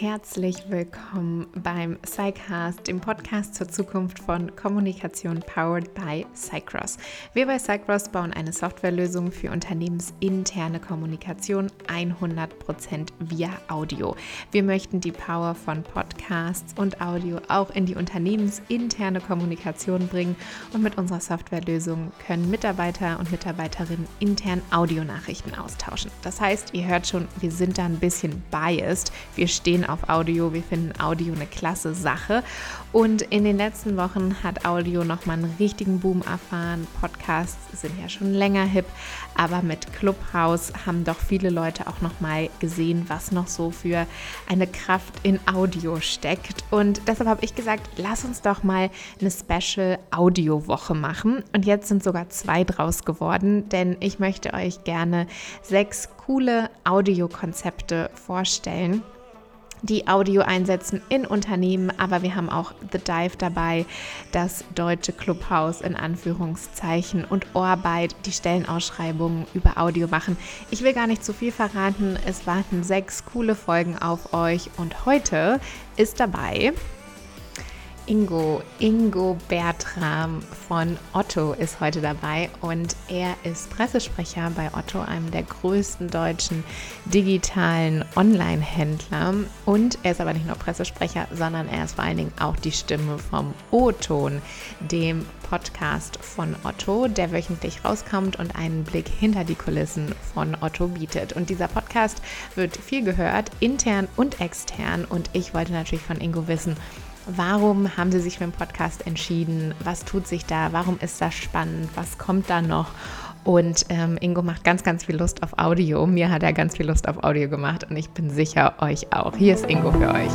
herzlich willkommen beim Psycast, dem Podcast zur Zukunft von Kommunikation powered by Cycross. Wir bei Cycross bauen eine Softwarelösung für unternehmensinterne Kommunikation 100% via Audio. Wir möchten die Power von Podcasts und Audio auch in die unternehmensinterne Kommunikation bringen und mit unserer Softwarelösung können Mitarbeiter und Mitarbeiterinnen intern Audionachrichten austauschen. Das heißt, ihr hört schon, wir sind da ein bisschen biased. Wir stehen auf Audio, wir finden Audio eine klasse Sache und in den letzten Wochen hat Audio nochmal einen richtigen Boom erfahren. Podcasts sind ja schon länger hip, aber mit Clubhouse haben doch viele Leute auch nochmal gesehen, was noch so für eine Kraft in Audio steckt und deshalb habe ich gesagt, lass uns doch mal eine Special-Audio-Woche machen und jetzt sind sogar 2 draus geworden, denn ich möchte euch gerne 6 coole Audiokonzepte vorstellen, die Audio einsetzen in Unternehmen, aber wir haben auch The Dive dabei, das deutsche Clubhouse in Anführungszeichen und Orbeit, die Stellenausschreibungen über Audio machen. Ich will gar nicht zu viel verraten, es warten 6 coole Folgen auf euch und heute ist dabei Ingo Bertram von Otto ist heute dabei und er ist Pressesprecher bei Otto, einem der größten deutschen digitalen Online-Händler und er ist aber nicht nur Pressesprecher, sondern er ist vor allen Dingen auch die Stimme vom O-Ton, dem Podcast von Otto, der wöchentlich rauskommt und einen Blick hinter die Kulissen von Otto bietet. Und dieser Podcast wird viel gehört, intern und extern und ich wollte natürlich von Ingo wissen, warum haben Sie sich für den Podcast entschieden? Was tut sich da? Warum ist das spannend? Was kommt da noch? Und Ingo macht ganz, ganz viel Lust auf Audio. Mir hat er ganz viel Lust auf Audio gemacht und ich bin sicher, euch auch. Hier ist Ingo für euch.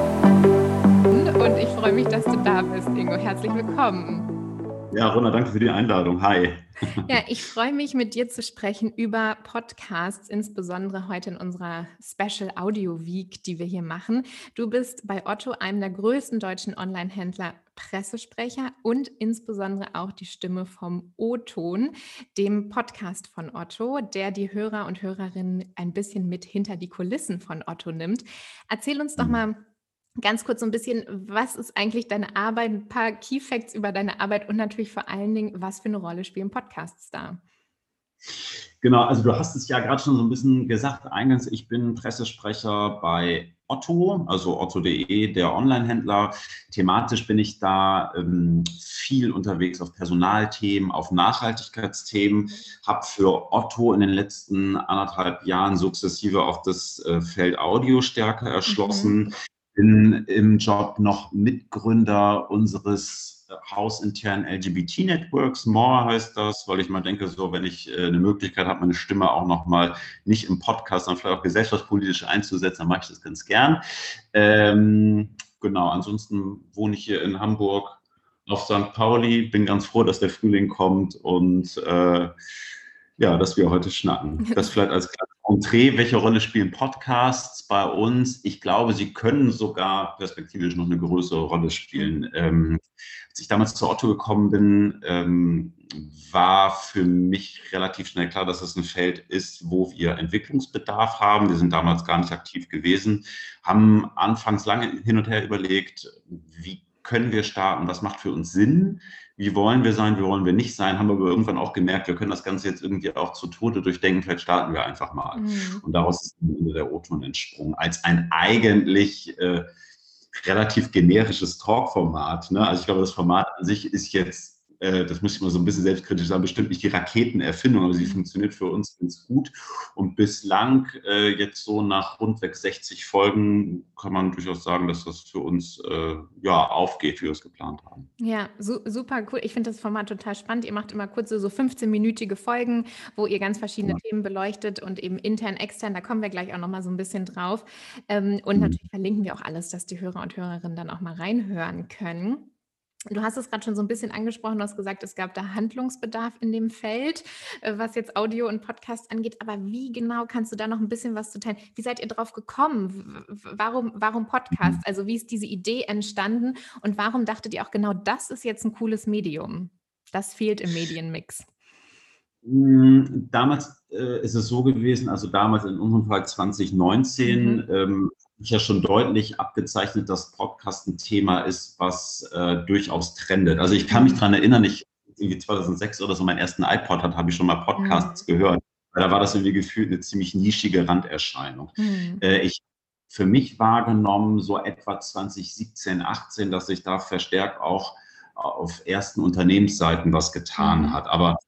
Und ich freue mich, dass du da bist, Ingo. Herzlich willkommen. Ja, Rona, danke für die Einladung. Hi. Ja, ich freue mich, mit dir zu sprechen über Podcasts, insbesondere heute in unserer Special Audio Week, die wir hier machen. Du bist bei Otto, einem der größten deutschen Online-Händler, Pressesprecher und insbesondere auch die Stimme vom O-Ton, dem Podcast von Otto, der die Hörer und Hörerinnen ein bisschen mit hinter die Kulissen von Otto nimmt. Erzähl uns doch mal ganz kurz so ein bisschen, was ist eigentlich deine Arbeit, ein paar Key Facts über deine Arbeit und natürlich vor allen Dingen, was für eine Rolle spielen Podcasts da? Genau, also du hast es ja gerade schon so ein bisschen gesagt eingangs, ich bin Pressesprecher bei Otto, also otto.de, der Online-Händler. Thematisch bin ich da viel unterwegs auf Personalthemen, auf Nachhaltigkeitsthemen, habe für Otto in den letzten 1,5 Jahren sukzessive auch das Feld Audio stärker erschlossen. Bin im Job noch Mitgründer unseres hausinternen LGBT-Networks, More heißt das, weil ich mal denke, so wenn ich eine Möglichkeit habe, meine Stimme auch noch mal nicht im Podcast, sondern vielleicht auch gesellschaftspolitisch einzusetzen, dann mache ich das ganz gern. Genau, ansonsten wohne ich hier in Hamburg auf St. Pauli, bin ganz froh, dass der Frühling kommt und ja, dass wir heute schnacken. Das vielleicht als kleines Entree. Welche Rolle spielen Podcasts bei uns? Ich glaube, sie können sogar perspektivisch noch eine größere Rolle spielen. Als ich damals zu Otto gekommen bin, war für mich relativ schnell klar, dass es ein Feld ist, wo wir Entwicklungsbedarf haben. Wir sind damals gar nicht aktiv gewesen, haben anfangs lange hin und her überlegt, wie können wir starten, was macht für uns Sinn, wie wollen wir sein, wie wollen wir nicht sein, haben aber irgendwann auch gemerkt, wir können das Ganze jetzt irgendwie auch zu Tode durchdenken, vielleicht starten wir einfach mal. Und daraus ist am Ende der O-Ton entsprungen, als ein eigentlich relativ generisches Talkformat. Ne? Also ich glaube, das Format an sich ist jetzt, das muss ich mal so ein bisschen selbstkritisch sagen, bestimmt nicht die Raketenerfindung, aber sie funktioniert für uns ganz gut. Und bislang, jetzt so nach rundweg 60 Folgen, kann man durchaus sagen, dass das für uns ja aufgeht, wie wir es geplant haben. Ja, super cool. Ich finde das Format total spannend. Ihr macht immer kurze, so 15-minütige Folgen, wo ihr ganz verschiedene Themen beleuchtet und eben intern, extern, da kommen wir gleich auch nochmal so ein bisschen drauf. Und natürlich verlinken wir auch alles, dass die Hörer und Hörerinnen dann auch mal reinhören können. Du hast es gerade schon so ein bisschen angesprochen, du hast gesagt, es gab da Handlungsbedarf in dem Feld, was jetzt Audio und Podcast angeht. Aber wie genau kannst du da noch ein bisschen was zu teilen? Wie seid ihr drauf gekommen? Warum Podcast? Also wie ist diese Idee entstanden und warum dachtet ihr auch genau, das ist jetzt ein cooles Medium? Das fehlt im Medienmix. Damals ist es so gewesen, also damals in unserem Fall 2019, sich ja schon deutlich abgezeichnet, dass Podcast ein Thema ist, was durchaus trendet. Also ich kann mich daran erinnern, irgendwie 2006 oder so meinen ersten iPod hatte, habe ich schon mal Podcasts gehört. Da war das irgendwie gefühlt eine ziemlich nischige Randerscheinung. Ich für mich wahrgenommen, so etwa 2017, 18, dass sich da verstärkt auch auf ersten Unternehmensseiten was getan hat. Aber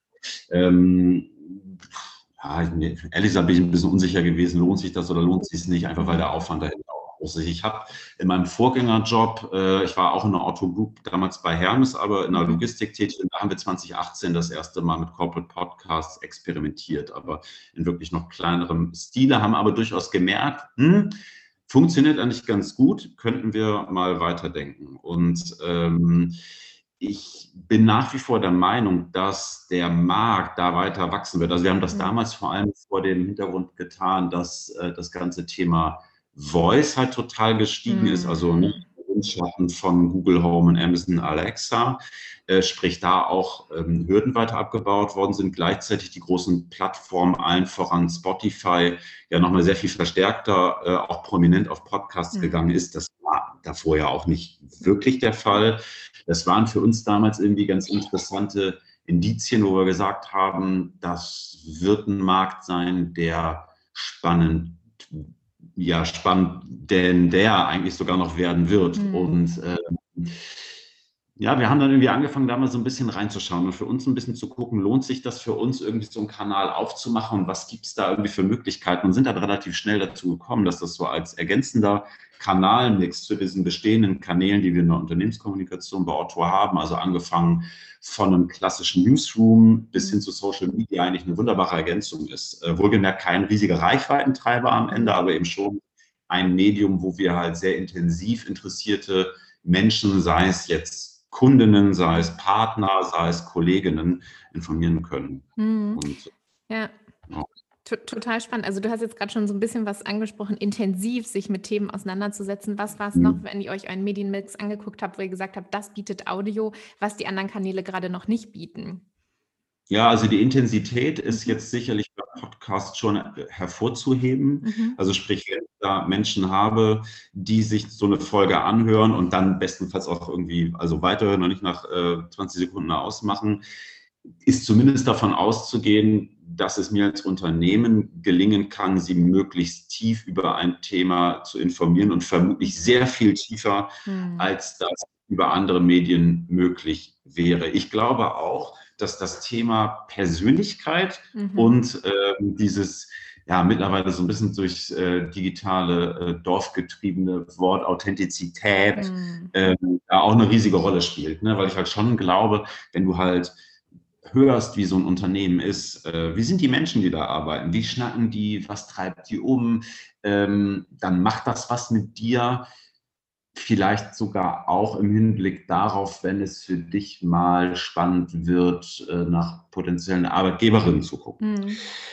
ja, ehrlich gesagt bin ich ein bisschen unsicher gewesen, lohnt sich das oder lohnt sich es nicht, einfach weil der Aufwand dahinter auch groß ist. Ich habe in meinem Vorgängerjob, ich war auch in der Otto Group, damals bei Hermes, aber in der Logistik tätig, und da haben wir 2018 das erste Mal mit Corporate Podcasts experimentiert, aber in wirklich noch kleinerem Stile, haben aber durchaus gemerkt, funktioniert eigentlich ganz gut, könnten wir mal weiterdenken. Und ich bin nach wie vor der Meinung, dass der Markt da weiter wachsen wird. Also wir haben das damals vor allem vor dem Hintergrund getan, dass das ganze Thema Voice halt total gestiegen ist, also Schatten von Google Home und Amazon Alexa, sprich da auch Hürden weiter abgebaut worden sind, gleichzeitig die großen Plattformen, allen voran Spotify, ja nochmal sehr viel verstärkter, auch prominent auf Podcasts gegangen ist. Das war davor ja auch nicht wirklich der Fall. Das waren für uns damals irgendwie ganz interessante Indizien, wo wir gesagt haben, das wird ein Markt sein, der spannend, denn der eigentlich sogar noch werden wird. Und ja, wir haben dann irgendwie angefangen, da mal so ein bisschen reinzuschauen und für uns ein bisschen zu gucken, lohnt sich das für uns irgendwie so einen Kanal aufzumachen und was gibt es da irgendwie für Möglichkeiten, und sind dann relativ schnell dazu gekommen, dass das so als ergänzender Kanalmix zu diesen bestehenden Kanälen, die wir in der Unternehmenskommunikation bei Otto haben, also angefangen von einem klassischen Newsroom bis hin zu Social Media, eigentlich eine wunderbare Ergänzung ist. Wohlgemerkt kein riesiger Reichweitentreiber am Ende, aber eben schon ein Medium, wo wir halt sehr intensiv interessierte Menschen, sei es jetzt Kundinnen, sei es Partner, sei es Kolleginnen, informieren können. Und, ja. Total spannend. Also du hast jetzt gerade schon so ein bisschen was angesprochen, intensiv sich mit Themen auseinanderzusetzen. Was war es noch, wenn ihr euch euren Medienmix angeguckt habt, wo ihr gesagt habt, das bietet Audio, was die anderen Kanäle gerade noch nicht bieten? Ja, also die Intensität ist jetzt sicherlich bei Podcasts schon hervorzuheben. Also sprich, wenn ich da Menschen habe, die sich so eine Folge anhören und dann bestenfalls auch irgendwie, also weiterhören und nicht nach 20 Sekunden ausmachen, ist zumindest davon auszugehen, dass es mir als Unternehmen gelingen kann, sie möglichst tief über ein Thema zu informieren und vermutlich sehr viel tiefer, als das über andere Medien möglich wäre. Ich glaube auch, dass das Thema Persönlichkeit und dieses ja mittlerweile so ein bisschen durch digitale, dorfgetriebene Wort Authentizität auch eine riesige Rolle spielt. Ne? Weil ich halt schon glaube, wenn du halt hörst, wie so ein Unternehmen ist, wie sind die Menschen, die da arbeiten, wie schnacken die, was treibt die um, dann macht das was mit dir. Vielleicht sogar auch im Hinblick darauf, wenn es für dich mal spannend wird, nach potenziellen Arbeitgeberinnen zu gucken.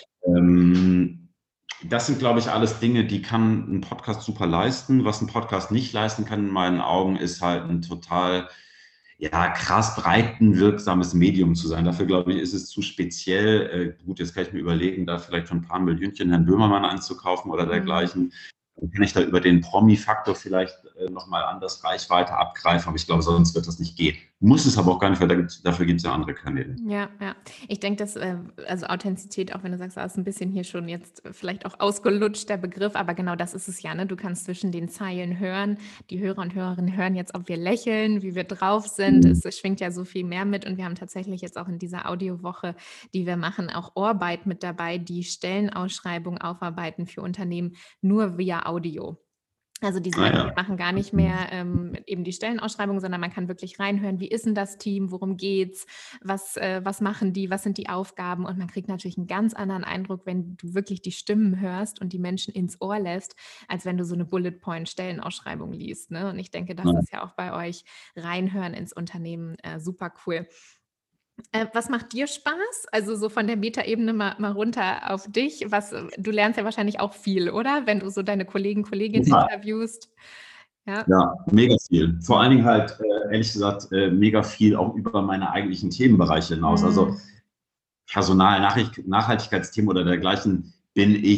Das sind, glaube ich, alles Dinge, die kann ein Podcast super leisten. Was ein Podcast nicht leisten kann in meinen Augen, ist halt ein total krass breitenwirksames Medium zu sein. Dafür, glaube ich, ist es zu speziell. Gut, jetzt kann ich mir überlegen, da vielleicht von ein paar Millionchen Herrn Böhmermann anzukaufen oder dergleichen. Dann kann ich da über den Promi-Faktor vielleicht nochmal anders Reichweite abgreifen, aber ich glaube, sonst wird das nicht gehen. Muss es aber auch gar nicht, weil dafür gibt es ja andere Kanäle. Ja. Ich denke, dass also Authentizität, auch wenn du sagst, ist ein bisschen hier schon jetzt vielleicht auch ausgelutscht, der Begriff, aber genau das ist es ja, ne? Du kannst zwischen den Zeilen hören, die Hörer und Hörerinnen hören jetzt, ob wir lächeln, wie wir drauf sind, es schwingt ja so viel mehr mit, und wir haben tatsächlich jetzt auch in dieser Audiowoche, die wir machen, auch Orbeit mit dabei, die Stellenausschreibung aufarbeiten für Unternehmen, nur via Audio. Also die sagen, wir machen gar nicht mehr eben die Stellenausschreibung, sondern man kann wirklich reinhören, wie ist denn das Team, worum geht's, was machen die, was sind die Aufgaben, und man kriegt natürlich einen ganz anderen Eindruck, wenn du wirklich die Stimmen hörst und die Menschen ins Ohr lässt, als wenn du so eine Bullet-Point-Stellenausschreibung liest. Ne? Und ich denke, das ist ja auch bei euch reinhören ins Unternehmen super cool. Was macht dir Spaß? Also so von der Metaebene mal runter auf dich. Du lernst ja wahrscheinlich auch viel, oder? Wenn du so deine Kolleginnen interviewst. Ja, mega viel. Vor allen Dingen halt, ehrlich gesagt, mega viel auch über meine eigentlichen Themenbereiche hinaus. Also Personal, Nachhaltigkeitsthemen oder dergleichen bin ich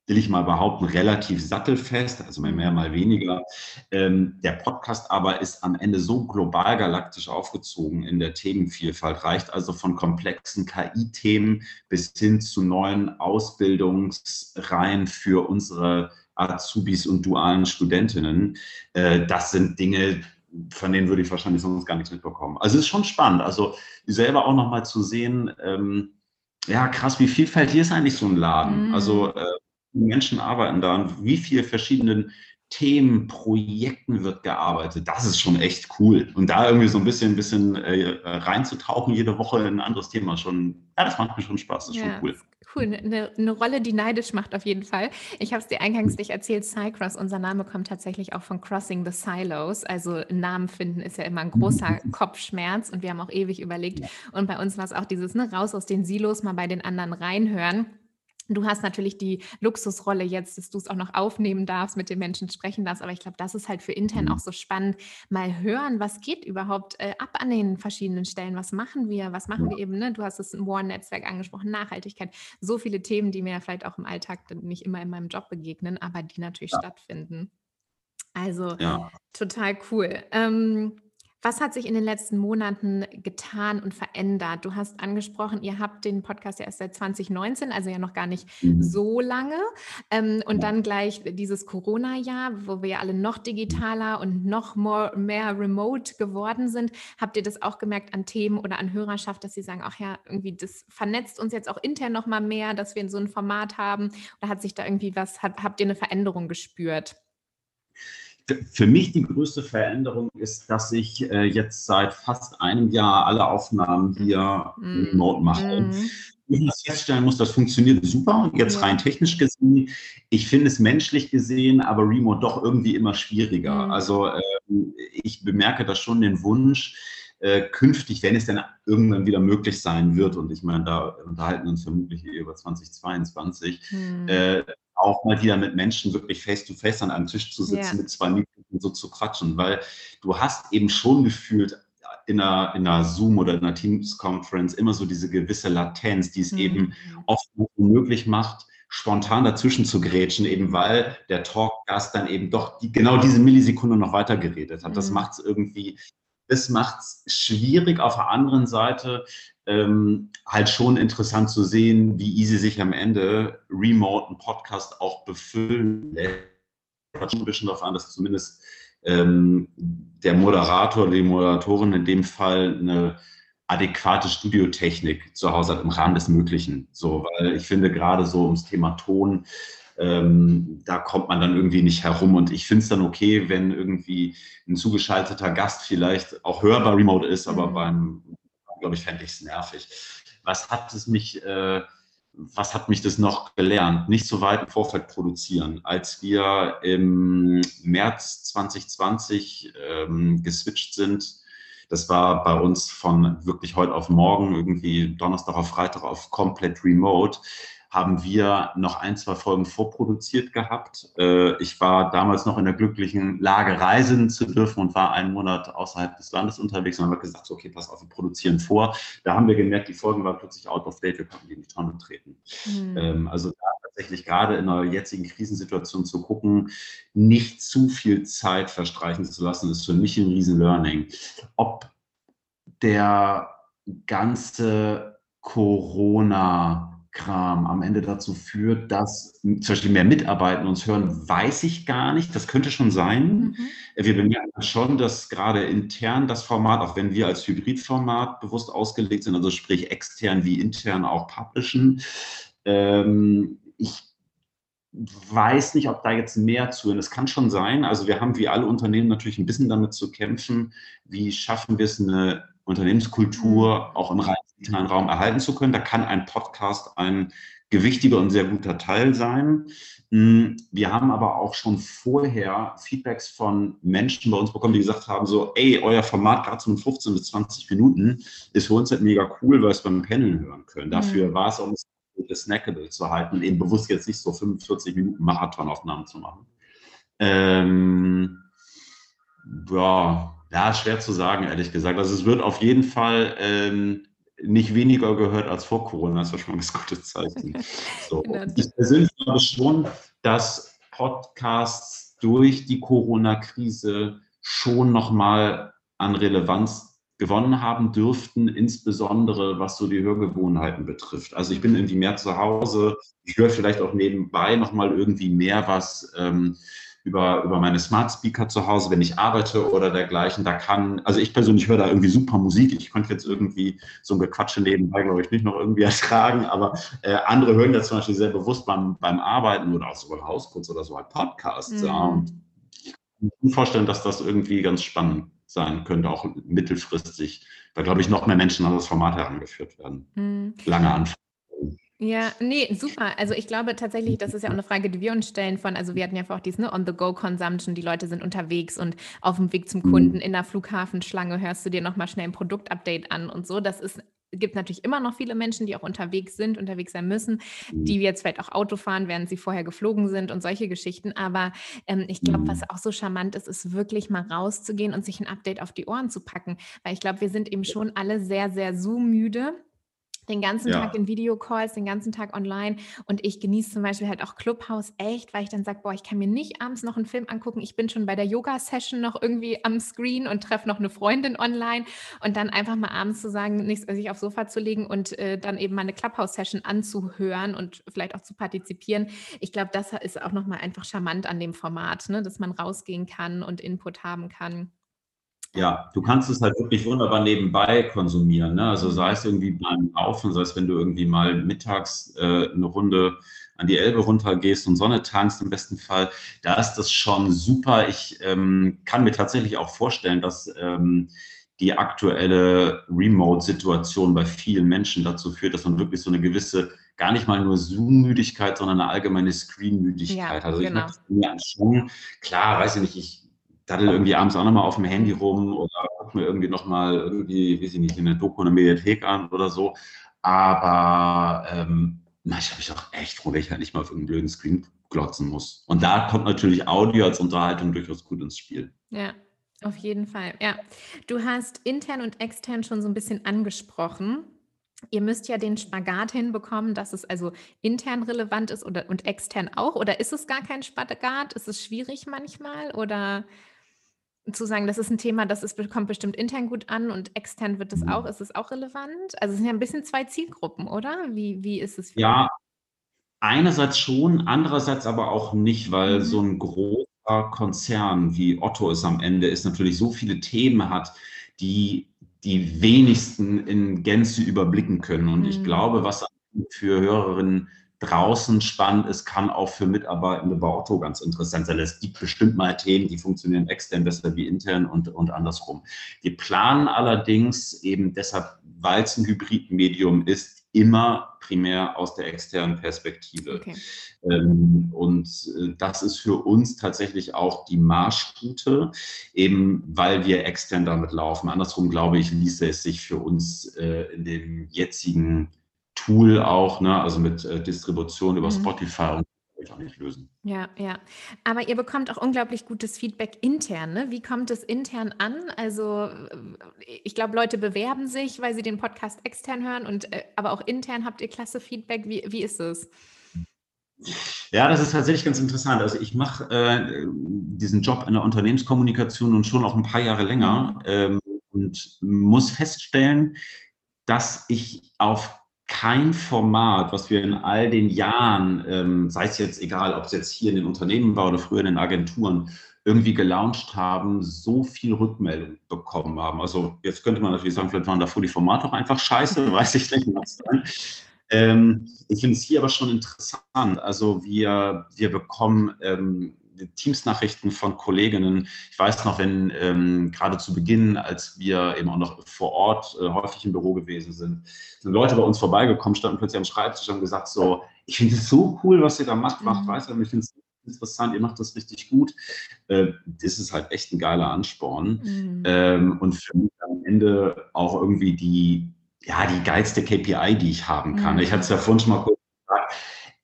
will ich mal behaupten, relativ sattelfest, also mal mehr, mal weniger. Der Podcast aber ist am Ende so global galaktisch aufgezogen in der Themenvielfalt, reicht also von komplexen KI-Themen bis hin zu neuen Ausbildungsreihen für unsere Azubis und dualen Studentinnen. Das sind Dinge, von denen würde ich wahrscheinlich sonst gar nichts mitbekommen. Also es ist schon spannend, also selber auch nochmal zu sehen, ja krass, wie vielfältig ist eigentlich so ein Laden? Also die Menschen arbeiten da an wie vielen verschiedenen Themen, Projekten wird gearbeitet. Das ist schon echt cool. Und da irgendwie so ein bisschen reinzutauchen, jede Woche in ein anderes Thema, schon, ja, das macht mir schon Spaß, das ist schon cool. Cool, eine Rolle, die neidisch macht auf jeden Fall. Ich habe es dir eingangs nicht erzählt, Cycross, unser Name kommt tatsächlich auch von Crossing the Silos. Also einen Namen finden ist ja immer ein großer Kopfschmerz und wir haben auch ewig überlegt. Und bei uns war es auch dieses, raus aus den Silos, mal bei den anderen reinhören. Du hast natürlich die Luxusrolle jetzt, dass du es auch noch aufnehmen darfst, mit den Menschen sprechen darfst. Aber ich glaube, das ist halt für intern auch so spannend. Mal hören, was geht überhaupt ab an den verschiedenen Stellen? Was machen wir? Was machen wir eben? Ne? Du hast das One-Netzwerk angesprochen, Nachhaltigkeit. So viele Themen, die mir vielleicht auch im Alltag nicht immer in meinem Job begegnen, aber die natürlich stattfinden. Also total cool. Was hat sich in den letzten Monaten getan und verändert? Du hast angesprochen, ihr habt den Podcast ja erst seit 2019, also ja noch gar nicht so lange. Und dann gleich dieses Corona-Jahr, wo wir ja alle noch digitaler und noch mehr remote geworden sind. Habt ihr das auch gemerkt an Themen oder an Hörerschaft, dass sie sagen, ach ja, irgendwie das vernetzt uns jetzt auch intern noch mal mehr, dass wir so ein Format haben? Oder hat sich da irgendwie habt ihr eine Veränderung gespürt? Für mich die größte Veränderung ist, dass ich jetzt seit fast einem Jahr alle Aufnahmen hier remote mache. Ich muss feststellen muss, das funktioniert super, jetzt rein technisch gesehen. Ich finde es menschlich gesehen, aber remote doch irgendwie immer schwieriger. Also ich bemerke da schon den Wunsch, künftig, wenn es denn irgendwann wieder möglich sein wird, und ich meine, da unterhalten wir uns vermutlich über 2022, auch mal wieder mit Menschen wirklich face-to-face an einem Tisch zu sitzen, mit 2 Mikrofonen so zu quatschen, weil du hast eben schon gefühlt in einer Zoom oder in einer Teams-Conference immer so diese gewisse Latenz, die es eben oft möglich macht, spontan dazwischen zu grätschen, eben weil der Talkgast dann eben doch genau diese Millisekunde noch weiter geredet hat. Das macht es irgendwie, das macht es schwierig. Auf der anderen Seite halt schon interessant zu sehen, wie easy sich am Ende remote ein Podcast auch befüllen lässt. Kommt schon ein bisschen darauf an, dass zumindest der Moderator oder die Moderatorin in dem Fall eine adäquate Studiotechnik zu Hause hat im Rahmen des Möglichen. So, weil ich finde gerade so ums Thema Ton, da kommt man dann irgendwie nicht herum. Und ich finde es dann okay, wenn irgendwie ein zugeschalteter Gast vielleicht auch hörbar remote ist, aber glaube ich, fände ich es nervig. Was hat mich das noch gelernt? Nicht so weit im Vorfeld produzieren. Als wir im März 2020 geswitcht sind, das war bei uns von wirklich heute auf morgen, irgendwie Donnerstag auf Freitag auf komplett remote, haben wir noch 1, 2 Folgen vorproduziert gehabt. Ich war damals noch in der glücklichen Lage, reisen zu dürfen und war einen Monat außerhalb des Landes unterwegs und haben gesagt, so, okay, pass auf, wir produzieren vor. Da haben wir gemerkt, die Folgen waren plötzlich out of date, wir konnten die in die Tonne treten. Also da tatsächlich gerade in einer jetzigen Krisensituation zu gucken, nicht zu viel Zeit verstreichen zu lassen, ist für mich ein riesen Learning. Ob der ganze Corona-Kram am Ende dazu führt, dass zum Beispiel mehr Mitarbeiter uns hören, weiß ich gar nicht. Das könnte schon sein. Wir bemerken schon, dass gerade intern das Format, auch wenn wir als Hybridformat bewusst ausgelegt sind, also sprich extern wie intern auch publishen, ich weiß nicht, ob da jetzt mehr zu ist. Es kann schon sein. Also wir haben wie alle Unternehmen natürlich ein bisschen damit zu kämpfen, wie schaffen wir es, eine Unternehmenskultur auch im rein digitalen Raum erhalten zu können. Da kann ein Podcast ein gewichtiger und sehr guter Teil sein. Wir haben aber auch schon vorher Feedbacks von Menschen bei uns bekommen, die gesagt haben, so, ey, euer Format gerade so mit 15 bis 20 Minuten ist für uns halt mega cool, weil wir es beim Pendeln hören können. Dafür war es auch snackable zu halten und eben bewusst jetzt nicht so 45 Minuten Marathonaufnahmen zu machen. Ja, schwer zu sagen, ehrlich gesagt. Also es wird auf jeden Fall nicht weniger gehört als vor Corona. Das war schon mal ein gutes Zeichen. So. Genau. Ich persönlich glaube schon, dass Podcasts durch die Corona-Krise schon nochmal an Relevanz gewonnen haben dürften, insbesondere was so die Hörgewohnheiten betrifft. Also ich bin irgendwie mehr zu Hause, ich höre vielleicht auch nebenbei nochmal irgendwie mehr was über meine Smart Speaker zu Hause, wenn ich arbeite oder dergleichen. Also ich persönlich höre da irgendwie super Musik. Ich könnte jetzt irgendwie so ein Gequatsche nebenbei, glaube ich, nicht noch irgendwie ertragen, aber andere hören das zum Beispiel sehr bewusst beim Arbeiten oder auch so beim Hausputz oder so halt Podcasts. Ja. Und ich kann mir vorstellen, dass das irgendwie ganz spannend sein könnte, auch mittelfristig, weil, glaube ich, noch mehr Menschen an das Format herangeführt werden. Lange Anfang. Ja, nee, super. Also ich glaube tatsächlich, das ist ja auch eine Frage, die wir uns stellen also wir hatten ja vorher auch dieses On-the-Go-Consumption, die Leute sind unterwegs und auf dem Weg zum Kunden in der Flughafenschlange hörst du dir nochmal schnell ein Produktupdate an und so. Gibt natürlich immer noch viele Menschen, die auch unterwegs sein müssen, die jetzt vielleicht auch Auto fahren, während sie vorher geflogen sind und solche Geschichten. Aber ich glaube, was auch so charmant ist, ist wirklich mal rauszugehen und sich ein Update auf die Ohren zu packen. Weil ich glaube, wir sind eben schon alle sehr, sehr Zoom-müde. Den ganzen Tag in Videocalls, den ganzen Tag online. Und ich genieße zum Beispiel halt auch Clubhouse echt, weil ich dann sage, ich kann mir nicht abends noch einen Film angucken. Ich bin schon bei der Yoga-Session noch irgendwie am Screen und treffe noch eine Freundin online. Und dann einfach mal abends zu sagen, sich aufs Sofa zu legen und dann eben mal eine Clubhouse-Session anzuhören und vielleicht auch zu partizipieren. Ich glaube, das ist auch nochmal einfach charmant an dem Format, ne? Dass man rausgehen kann und Input haben kann. Ja, du kannst es halt wirklich wunderbar nebenbei konsumieren, ne? Also sei es irgendwie beim Laufen, sei es, wenn du irgendwie mal mittags eine Runde an die Elbe runtergehst und Sonne tankst im besten Fall, da ist das schon super. Ich kann mir tatsächlich auch vorstellen, dass die aktuelle Remote-Situation bei vielen Menschen dazu führt, dass man wirklich so eine gewisse, gar nicht mal nur Zoom-Müdigkeit, sondern eine allgemeine Screen-Müdigkeit hat. Also ich merke das mir schon, klar, weiß ich nicht, ich daddel irgendwie abends auch nochmal auf dem Handy rum oder gucke mir irgendwie nochmal irgendwie, weiß ich nicht, eine Doku in der Mediathek an oder so. Aber manchmal habe ich auch echt froh, wenn ich halt nicht mal auf irgendeinen blöden Screen glotzen muss. Und da kommt natürlich Audio als Unterhaltung durchaus gut ins Spiel. Ja, auf jeden Fall. Ja, du hast intern und extern schon so ein bisschen angesprochen. Ihr müsst ja den Spagat hinbekommen, dass es also intern relevant ist und extern auch. Oder ist es gar kein Spagat? Ist es schwierig manchmal? Oder zu sagen, das ist ein Thema, kommt bestimmt intern gut an und extern ist es auch relevant? Also es sind ja ein bisschen zwei Zielgruppen, oder? Wie ist es für Ja, einerseits schon, andererseits aber auch nicht, weil so ein großer Konzern wie Otto es am Ende ist, natürlich so viele Themen hat, die die wenigsten in Gänze überblicken können. Und ich glaube, was für Hörerinnen draußen spannend ist, kann auch für Mitarbeitende bei Otto ganz interessant sein. Es gibt bestimmt mal Themen, die funktionieren extern besser wie intern und andersrum. Wir planen allerdings eben deshalb, weil es ein Hybridmedium ist, immer primär aus der externen Perspektive. Okay. Und das ist für uns tatsächlich auch die Marschroute, eben weil wir extern damit laufen. Andersrum, glaube ich, ließe es sich für uns in dem jetzigen Tool auch, ne, also mit Distribution über Spotify und auch nicht lösen. Ja, ja. Aber ihr bekommt auch unglaublich gutes Feedback intern, ne? Wie kommt es intern an? Also ich glaube, Leute bewerben sich, weil sie den Podcast extern hören aber auch intern habt ihr klasse Feedback. Wie ist es? Ja, das ist tatsächlich ganz interessant. Also ich mache diesen Job in der Unternehmenskommunikation nun schon auch ein paar Jahre länger und muss feststellen, dass ich auf kein Format, was wir in all den Jahren, sei es jetzt egal, ob es jetzt hier in den Unternehmen war oder früher in den Agenturen, irgendwie gelauncht haben, so viel Rückmeldung bekommen haben. Also jetzt könnte man natürlich sagen, vielleicht waren davor die Formate auch einfach scheiße, weiß ich nicht. Ich finde es hier aber schon interessant. Also wir bekommen Teams-Nachrichten von Kolleginnen. Ich weiß noch, wenn gerade zu Beginn, als wir eben auch noch vor Ort häufig im Büro gewesen sind Leute bei uns vorbeigekommen, standen plötzlich am Schreibtisch und haben gesagt so, ich finde es so cool, was ihr da macht weiter. Ich finde es interessant, ihr macht das richtig gut. Das ist halt echt ein geiler Ansporn. Und für mich am Ende auch irgendwie die geilste KPI, die ich haben kann. Ich hatte es ja vorhin schon mal kurz gesagt,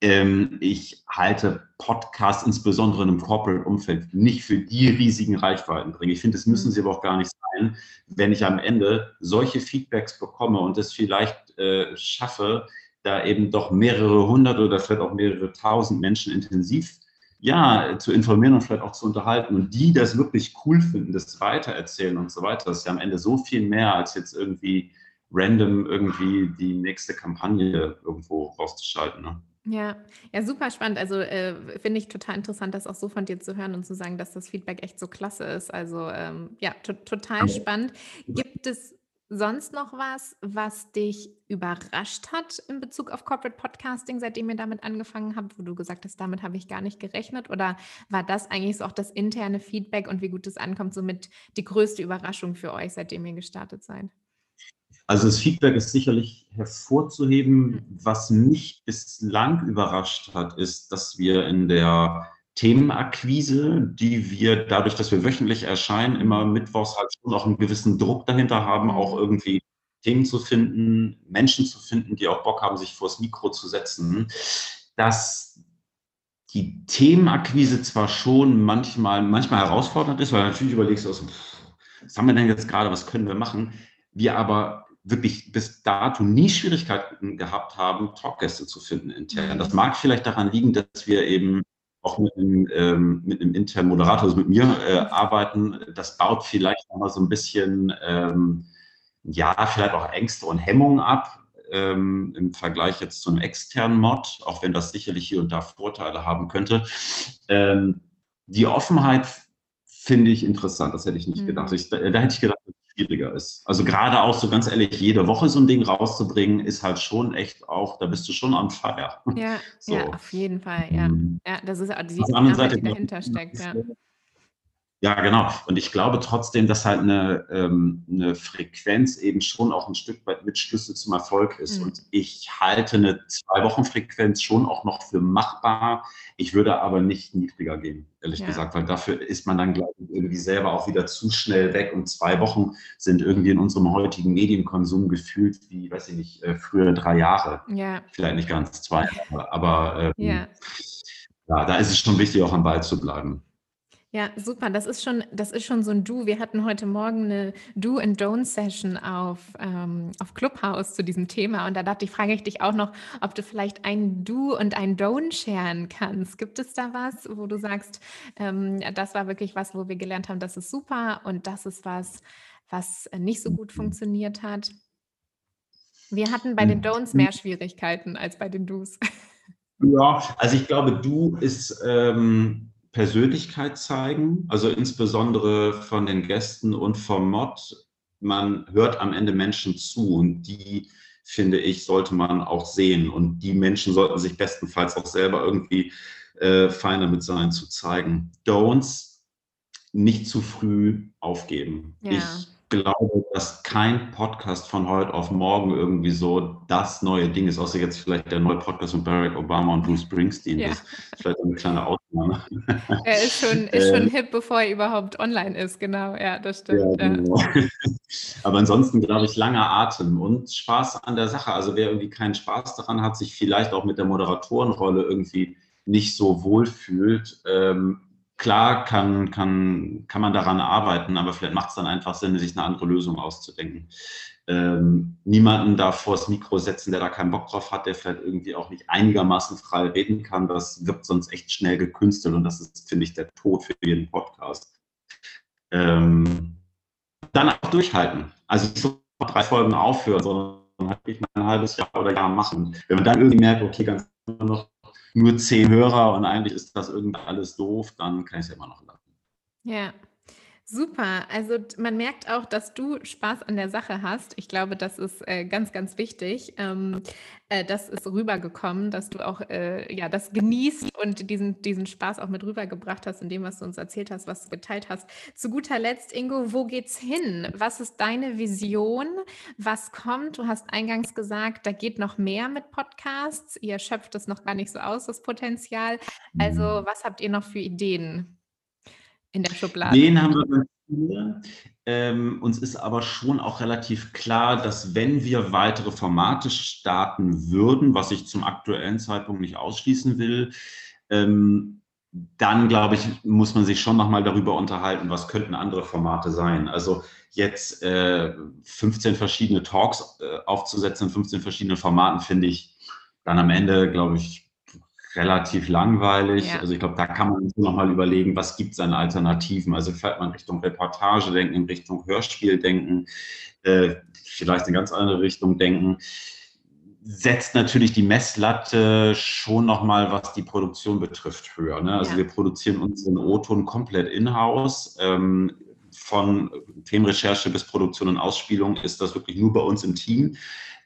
Ich halte Podcasts insbesondere im Corporate-Umfeld nicht für die riesigen Reichweitenbringer. Ich finde, es müssen sie aber auch gar nicht sein, wenn ich am Ende solche Feedbacks bekomme und es vielleicht schaffe, da eben doch mehrere hundert oder vielleicht auch mehrere tausend Menschen intensiv zu informieren und vielleicht auch zu unterhalten und die das wirklich cool finden, das weitererzählen und so weiter. Das ist ja am Ende so viel mehr, als jetzt irgendwie random irgendwie die nächste Kampagne irgendwo rauszuschalten. Ne? Ja, ja, super spannend. Also finde ich total interessant, das auch so von dir zu hören und zu sagen, dass das Feedback echt so klasse ist. Also ja, total spannend. Gibt es sonst noch was dich überrascht hat in Bezug auf Corporate Podcasting, seitdem ihr damit angefangen habt, wo du gesagt hast, damit habe ich gar nicht gerechnet? Oder war das eigentlich so auch das interne Feedback und wie gut es ankommt, somit die größte Überraschung für euch, seitdem ihr gestartet seid? Also das Feedback ist sicherlich hervorzuheben. Was mich bislang überrascht hat, ist, dass wir in der Themenakquise, die wir dadurch, dass wir wöchentlich erscheinen, immer mittwochs halt schon auch einen gewissen Druck dahinter haben, auch irgendwie Themen zu finden, Menschen zu finden, die auch Bock haben, sich vors Mikro zu setzen, dass die Themenakquise zwar schon manchmal herausfordernd ist, weil natürlich überlegst du, was haben wir denn jetzt gerade, was können wir machen? Wir aber wirklich bis dato nie Schwierigkeiten gehabt haben, Talkgäste zu finden intern. Das mag vielleicht daran liegen, dass wir eben auch mit einem internen Moderator, also mit mir, arbeiten. Das baut vielleicht nochmal so ein bisschen, vielleicht auch Ängste und Hemmungen ab. Im Vergleich jetzt zu einem externen Mod, auch wenn das sicherlich hier und da Vorteile haben könnte. Die Offenheit finde ich interessant, das hätte ich nicht gedacht. Da hätte ich gedacht, dass es schwieriger ist. Also gerade auch so ganz ehrlich, jede Woche so ein Ding rauszubringen, ist halt schon echt auch, da bist du schon on fire. Ja, so. ja, auf jeden Fall, ja. Ja, das ist auch die Auf der anderen Arbeit, Seite die dahinter steckt, ja. Ja, genau. Und ich glaube trotzdem, dass halt eine Frequenz eben schon auch ein Stück weit mit Schlüssel zum Erfolg ist. Und ich halte eine 2-Wochen-Frequenz schon auch noch für machbar. Ich würde aber nicht niedriger gehen, ehrlich gesagt, weil dafür ist man dann, glaube ich, irgendwie selber auch wieder zu schnell weg. Und 2 Wochen sind irgendwie in unserem heutigen Medienkonsum gefühlt wie, weiß ich nicht, früher 3 Jahre. Ja. Vielleicht nicht ganz 2 Jahre, aber da ist es schon wichtig, auch am Ball zu bleiben. Ja, super. Das ist schon so ein Do. Wir hatten heute Morgen eine Do and Don't Session auf Clubhouse zu diesem Thema. Und da frage ich dich auch noch, ob du vielleicht ein Do und ein Don't sharen kannst. Gibt es da was, wo du sagst, das war wirklich was, wo wir gelernt haben, das ist super und das ist was nicht so gut funktioniert hat? Wir hatten bei den Don'ts mehr Schwierigkeiten als bei den Do's. Ja, also ich glaube, Do ist Persönlichkeit zeigen, also insbesondere von den Gästen und vom Mod. Man hört am Ende Menschen zu und die, finde ich, sollte man auch sehen. Und die Menschen sollten sich bestenfalls auch selber irgendwie fein damit sein, zu zeigen. Don'ts, nicht zu früh aufgeben. Ja. Ich glaube, dass kein Podcast von heute auf morgen irgendwie so das neue Ding ist, außer jetzt vielleicht der neue Podcast von Barack Obama und Bruce Springsteen. Das ist vielleicht eine kleine Ausnahme. Er ist schon hip, bevor er überhaupt online ist, genau. Ja, das stimmt. Ja, genau. Aber ansonsten glaube ich, langer Atem und Spaß an der Sache. Also wer irgendwie keinen Spaß daran hat, sich vielleicht auch mit der Moderatorenrolle irgendwie nicht so wohl fühlt, klar kann man daran arbeiten, aber vielleicht macht es dann einfach Sinn, sich eine andere Lösung auszudenken. Niemanden da vors Mikro setzen, der da keinen Bock drauf hat, der vielleicht irgendwie auch nicht einigermaßen frei reden kann. Das wirkt sonst echt schnell gekünstelt und das ist, finde ich, der Tod für jeden Podcast. Dann auch durchhalten. Also nicht so nach 3 Folgen aufhören, sondern wirklich mal ein halbes Jahr oder Jahr machen. Wenn man dann irgendwie merkt, okay, ganz noch nur 10 Hörer und eigentlich ist das irgendwie alles doof, dann kann ich es ja immer noch lassen. Ja, super. Also man merkt auch, dass du Spaß an der Sache hast. Ich glaube, das ist ganz, ganz wichtig. Das ist rübergekommen, dass du auch das genießt und diesen Spaß auch mit rübergebracht hast in dem, was du uns erzählt hast, was du geteilt hast. Zu guter Letzt, Ingo, wo geht's hin? Was ist deine Vision? Was kommt? Du hast eingangs gesagt, da geht noch mehr mit Podcasts. Ihr schöpft es noch gar nicht so aus, das Potenzial. Also was habt ihr noch für Ideen in der Schublade? Den haben wir viele. Uns ist aber schon auch relativ klar, dass wenn wir weitere Formate starten würden, was ich zum aktuellen Zeitpunkt nicht ausschließen will, dann glaube ich, muss man sich schon nochmal darüber unterhalten, was könnten andere Formate sein. Also jetzt 15 verschiedene Talks aufzusetzen in 15 verschiedenen Formaten, finde ich dann am Ende, glaube ich, relativ langweilig. Ja. Also ich glaube, da kann man sich nochmal überlegen, was gibt es an Alternativen. Also vielleicht mal in Richtung Reportage denken, in Richtung Hörspiel denken, vielleicht in ganz andere Richtung denken. Setzt natürlich die Messlatte schon nochmal, was die Produktion betrifft, höher. Ne? Also wir produzieren unseren O-Ton komplett in-house. Von Themenrecherche bis Produktion und Ausspielung ist das wirklich nur bei uns im Team.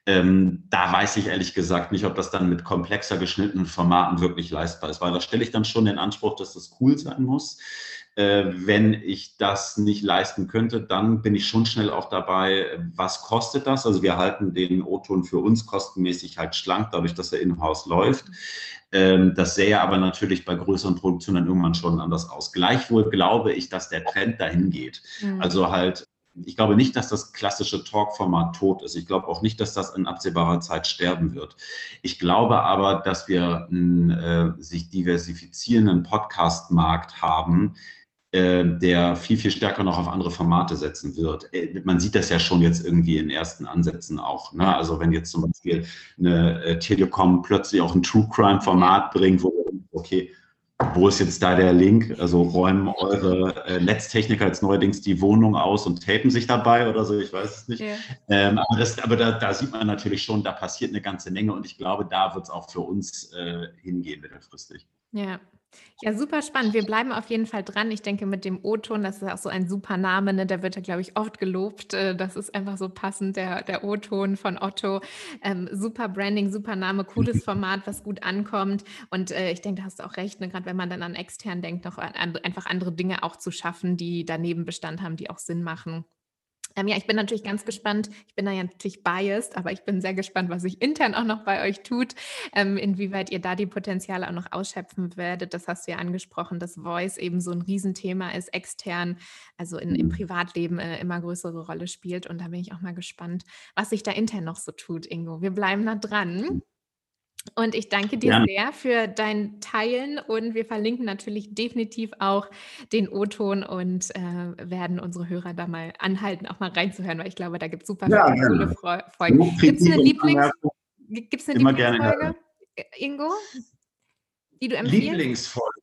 Da weiß ich ehrlich gesagt nicht, ob das dann mit komplexer geschnittenen Formaten wirklich leistbar ist, weil da stelle ich dann schon den Anspruch, dass das cool sein muss. Wenn ich das nicht leisten könnte, dann bin ich schon schnell auch dabei, was kostet das? Also wir halten den O-Ton für uns kostenmäßig halt schlank, dadurch, dass er in-house läuft. Das sähe aber natürlich bei größeren Produktionen dann irgendwann schon anders aus. Gleichwohl glaube ich, dass der Trend dahin geht. Also halt, ich glaube nicht, dass das klassische Talk-Format tot ist. Ich glaube auch nicht, dass das in absehbarer Zeit sterben wird. Ich glaube aber, dass wir einen sich diversifizierenden Podcast-Markt haben, der viel, viel stärker noch auf andere Formate setzen wird. Man sieht das ja schon jetzt irgendwie in ersten Ansätzen auch. Ne? Also wenn jetzt zum Beispiel eine Telekom plötzlich auch ein True-Crime-Format bringt, wo okay, wo ist jetzt da der Link? Also räumen eure Netztechniker jetzt neuerdings die Wohnung aus und tapen sich dabei oder so, ich weiß es nicht. Aber da sieht man natürlich schon, da passiert eine ganze Menge und ich glaube, da wird es auch für uns hingehen mittelfristig. Ja, super spannend. Wir bleiben auf jeden Fall dran. Ich denke, mit dem O-Ton, das ist auch so ein super Name, ne? Der wird ja, glaube ich, oft gelobt. Das ist einfach so passend, der O-Ton von Otto. Super Branding, super Name, cooles Format, was gut ankommt. Und ich denke, da hast du auch recht, ne? Gerade wenn man dann an extern denkt, noch einfach andere Dinge auch zu schaffen, die daneben Bestand haben, die auch Sinn machen. Ja, ich bin natürlich ganz gespannt. Ich bin da ja natürlich biased, aber ich bin sehr gespannt, was sich intern auch noch bei euch tut, inwieweit ihr da die Potenziale auch noch ausschöpfen werdet. Das hast du ja angesprochen, dass Voice eben so ein Riesenthema ist, extern, also im Privatleben immer größere Rolle spielt. Und da bin ich auch mal gespannt, was sich da intern noch so tut, Ingo. Wir bleiben da dran. Und ich danke dir sehr für dein Teilen und wir verlinken natürlich definitiv auch den O-Ton und werden unsere Hörer da mal anhalten, auch mal reinzuhören, weil ich glaube, da gibt es super viele coole Folgen. Gibt es eine Lieblingsfolge, Ingo, die du empfiehlst? Lieblingsfolge?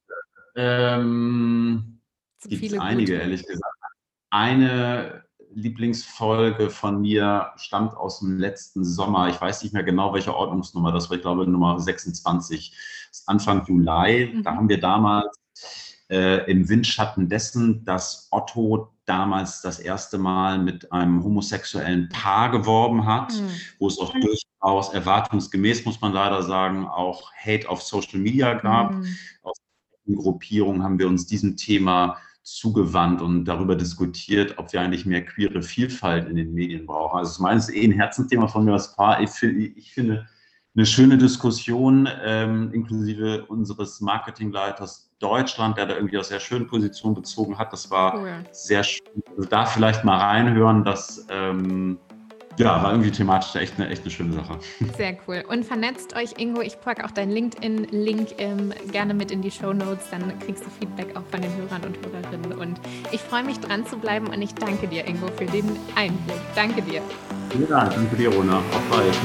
Gibt es einige, ehrlich gesagt. Eine Lieblingsfolge von mir stammt aus dem letzten Sommer. Ich weiß nicht mehr genau, welche Ordnungsnummer das war. Ich glaube, Nummer 26. Das ist Anfang Juli. Da haben wir damals im Windschatten dessen, dass Otto damals das erste Mal mit einem homosexuellen Paar geworben hat, wo es auch durchaus erwartungsgemäß, muss man leider sagen, auch Hate auf Social Media gab. Aus der Gruppierung haben wir uns diesem Thema zugewandt und darüber diskutiert, ob wir eigentlich mehr queere Vielfalt in den Medien brauchen. Also meines ist ein Herzensthema von mir als Paar. Ich finde eine schöne Diskussion, inklusive unseres Marketingleiters Deutschland, der da irgendwie aus sehr schönen Position bezogen hat. Das war sehr schön. Also da vielleicht mal reinhören, das war irgendwie thematisch echt eine schöne Sache. Sehr cool. Und vernetzt euch, Ingo. Ich packe auch deinen LinkedIn-Link gerne mit in die Shownotes. Dann kriegst du Feedback auch von den Hörern und Hörerinnen. Und ich freue mich, dran zu bleiben. Und ich danke dir, Ingo, für den Einblick. Danke dir. Ja, danke dir, Rona. Auf bald.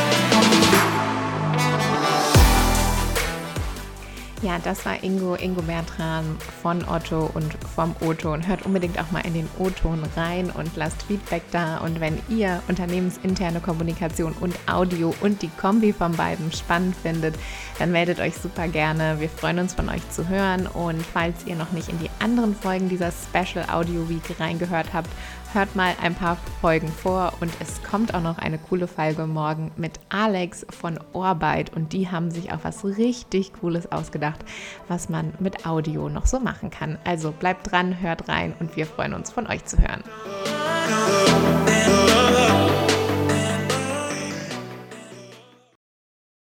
Ja, das war Ingo Bertram von Otto und vom O-Ton. Hört unbedingt auch mal in den O-Ton rein und lasst Feedback da. Und wenn ihr unternehmensinterne Kommunikation und Audio und die Kombi von beiden spannend findet, dann meldet euch super gerne. Wir freuen uns, von euch zu hören. Und falls ihr noch nicht in die anderen Folgen dieser Special Audio Week reingehört habt, hört mal ein paar Folgen vor und es kommt auch noch eine coole Folge morgen mit Alex von Orbeit und die haben sich auch was richtig Cooles ausgedacht, was man mit Audio noch so machen kann. Also bleibt dran, hört rein und wir freuen uns, von euch zu hören.